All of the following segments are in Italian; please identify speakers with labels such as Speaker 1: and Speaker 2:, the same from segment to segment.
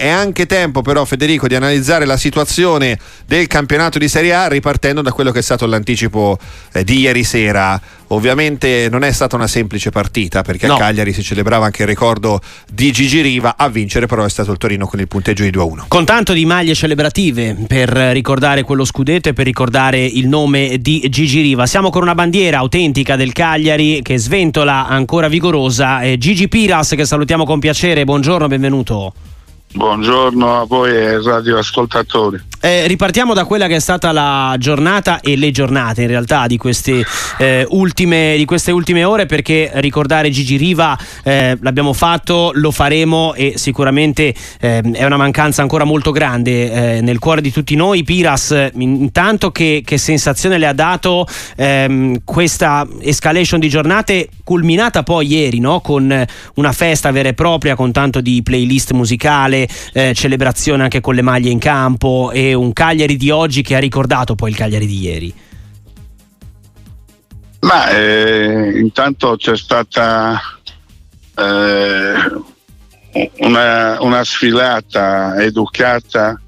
Speaker 1: È anche tempo però, Federico, di analizzare la situazione del campionato di Serie A ripartendo da quello che è stato l'anticipo di ieri sera. Ovviamente non è stata una semplice partita, perché a Cagliari si celebrava anche il ricordo di Gigi Riva. A vincere però è stato il Torino con il punteggio di 2-1.
Speaker 2: Con tanto di maglie celebrative per ricordare quello scudetto e per ricordare il nome di Gigi Riva. Siamo con una bandiera autentica del Cagliari che sventola ancora vigorosa. Gigi Piras, che salutiamo con piacere. Buongiorno, benvenuto.
Speaker 3: Buongiorno a voi e radioascoltatori.
Speaker 2: Ripartiamo da quella che è stata la giornata e le giornate in realtà di queste ultime ore, perché ricordare Gigi Riva l'abbiamo fatto, lo faremo e sicuramente è una mancanza ancora molto grande nel cuore di tutti noi. Piras, intanto che sensazione le ha dato questa escalation di giornate culminata poi ieri, no? Con una festa vera e propria, con tanto di playlist musicale, celebrazione anche con le maglie in campo e un Cagliari di oggi che ha ricordato poi il Cagliari di ieri.
Speaker 3: Ma intanto c'è stata una sfilata educata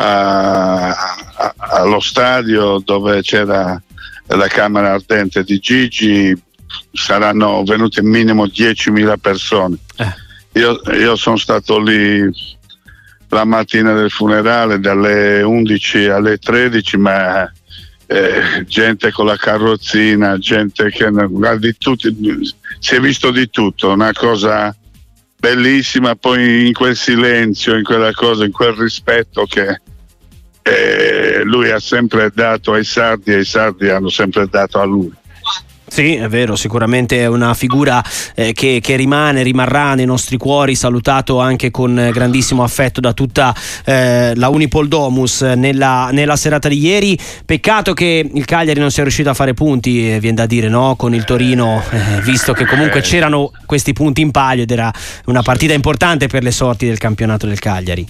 Speaker 3: allo stadio dove c'era la camera ardente di Gigi. Saranno venute minimo 10.000 persone. Io sono stato lì la mattina del funerale dalle 11 alle 13, ma gente con la carrozzina, gente che di tutti, si è visto di tutto, una cosa bellissima. Poi in quel silenzio, in quella cosa, in quel rispetto che lui ha sempre dato ai sardi e i sardi hanno sempre dato a lui.
Speaker 2: Sì, è vero, sicuramente è una figura che rimarrà nei nostri cuori, salutato anche con grandissimo affetto da tutta la Unipol Domus nella serata di ieri. Peccato che il Cagliari non sia riuscito a fare punti, viene da dire, no? Con il Torino, visto che comunque c'erano questi punti in palio ed era una partita importante per le sorti del campionato del Cagliari.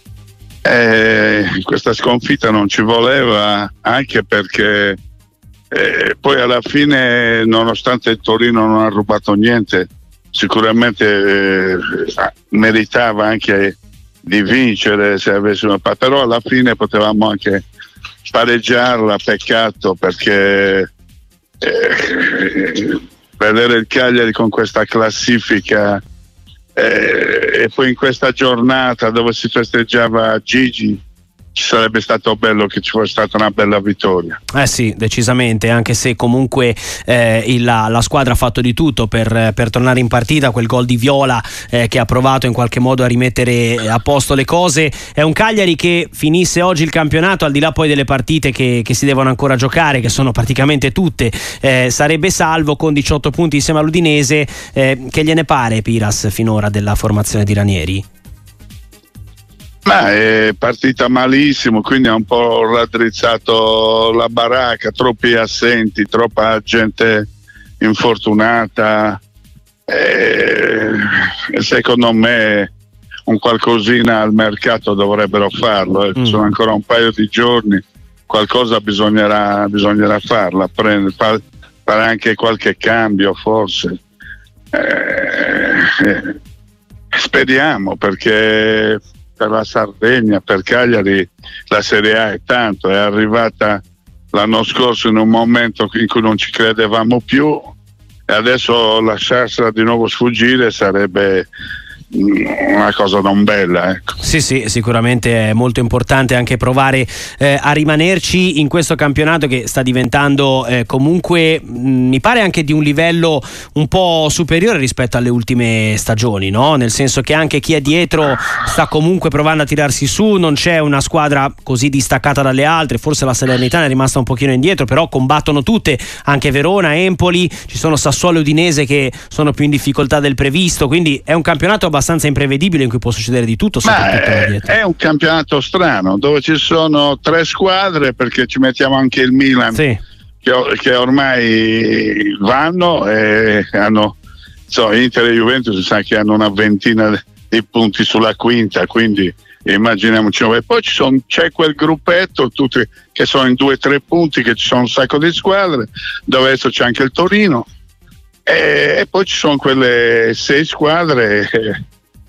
Speaker 3: Questa sconfitta non ci voleva, anche perché poi alla fine, nonostante il Torino non ha rubato niente, sicuramente meritava anche di vincere se avessimo, però alla fine potevamo anche pareggiarla. Peccato, perché vedere il Cagliari con questa classifica e poi in questa giornata dove si festeggiava Gigi, ci sarebbe stato bello che ci fosse stata una bella vittoria.
Speaker 2: Sì, decisamente, anche se comunque la squadra ha fatto di tutto per tornare in partita. Quel gol di Viola che ha provato in qualche modo a rimettere a posto le cose. È un Cagliari che finisse oggi il campionato, al di là poi delle partite che si devono ancora giocare, che sono praticamente tutte, sarebbe salvo con 18 punti insieme all'Udinese. Che gliene pare, Piras, finora della formazione di Ranieri?
Speaker 3: Ma è partita malissimo, quindi ha un po' raddrizzato la baracca, troppi assenti, troppa gente infortunata. Secondo me un qualcosina al mercato dovrebbero farlo. Sono ancora un paio di giorni, qualcosa bisognerà farla, fare anche qualche cambio forse. Speriamo, perché per la Sardegna, per Cagliari la Serie A è tanto, è arrivata l'anno scorso in un momento in cui non ci credevamo più e adesso lasciarsela di nuovo sfuggire sarebbe una cosa non bella, ecco.
Speaker 2: Sì, sicuramente è molto importante anche provare a rimanerci in questo campionato che sta diventando comunque mi pare anche di un livello un po' superiore rispetto alle ultime stagioni, no? Nel senso che anche chi è dietro sta comunque provando a tirarsi su, non c'è una squadra così distaccata dalle altre, forse la Salernitana è rimasta un pochino indietro, però combattono tutte, anche Verona, Empoli, ci sono Sassuolo e Udinese che sono più in difficoltà del previsto, quindi è un campionato abbastanza imprevedibile in cui può succedere di tutto.
Speaker 3: È un campionato strano dove ci sono 3 squadre, perché ci mettiamo anche il Milan,
Speaker 2: sì,
Speaker 3: che ormai vanno e hanno Inter e Juventus, si sa che hanno una ventina di punti sulla quinta, quindi immaginiamoci. E poi c'è quel gruppetto tutti che sono in 2-3 punti, che ci sono un sacco di squadre, dove adesso c'è anche il Torino. E poi ci sono quelle 6 squadre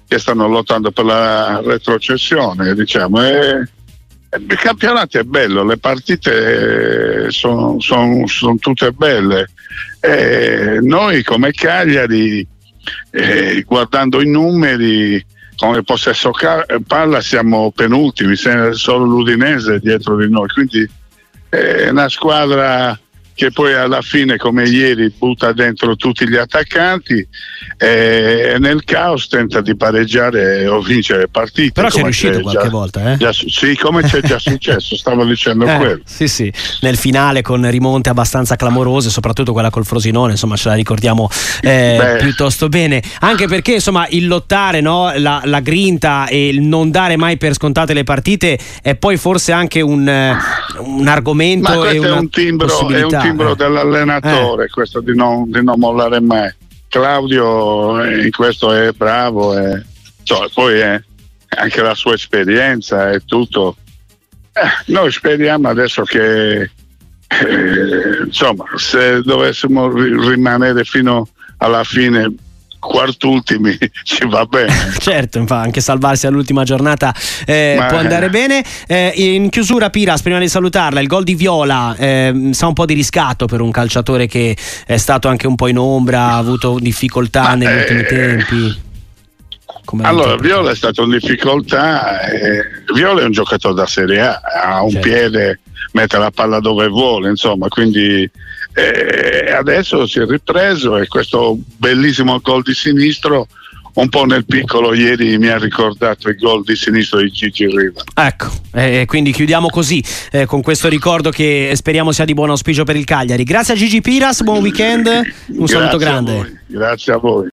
Speaker 3: che stanno lottando per la retrocessione, diciamo. Il campionato è bello, le partite sono tutte belle. Noi come Cagliari, guardando i numeri, come possesso palla siamo penultimi, solo l'Udinese dietro di noi, quindi è una squadra che poi alla fine, come ieri, butta dentro tutti gli attaccanti e nel caos tenta di pareggiare o vincere partite.
Speaker 2: Però c'è riuscito qualche volta, eh?
Speaker 3: Sì, come c'è già successo, stavo dicendo quello.
Speaker 2: Sì, nel finale con rimonte abbastanza clamorose, soprattutto quella col Frosinone, insomma ce la ricordiamo piuttosto bene, anche perché insomma il lottare, no? la grinta e il non dare mai per scontate le partite è poi forse anche un argomento.
Speaker 3: Ma questo
Speaker 2: e una
Speaker 3: è un timbro dell'allenatore, questo di non mollare mai. Claudio in questo è bravo, poi è anche la sua esperienza e tutto. Noi speriamo adesso che insomma, se dovessimo rimanere fino alla fine quartultimi ci va bene.
Speaker 2: Certo, anche salvarsi all'ultima giornata può andare bene. In chiusura, Piras, prima di salutarla, il gol di Viola sa un po' di riscatto per un calciatore che è stato anche un po' in ombra, ha avuto difficoltà negli ultimi tempi.
Speaker 3: Allora, Viola è stato in difficoltà. Viola è un giocatore da Serie A, ha un piede, mette la palla dove vuole, insomma, quindi adesso si è ripreso e questo bellissimo gol di sinistro un po' nel piccolo ieri mi ha ricordato il gol di sinistro di Gigi Riva.
Speaker 2: Ecco, quindi chiudiamo così con questo ricordo che speriamo sia di buon auspicio per il Cagliari. Grazie a Gigi Piras, buon weekend, un saluto grande.
Speaker 3: Grazie a voi.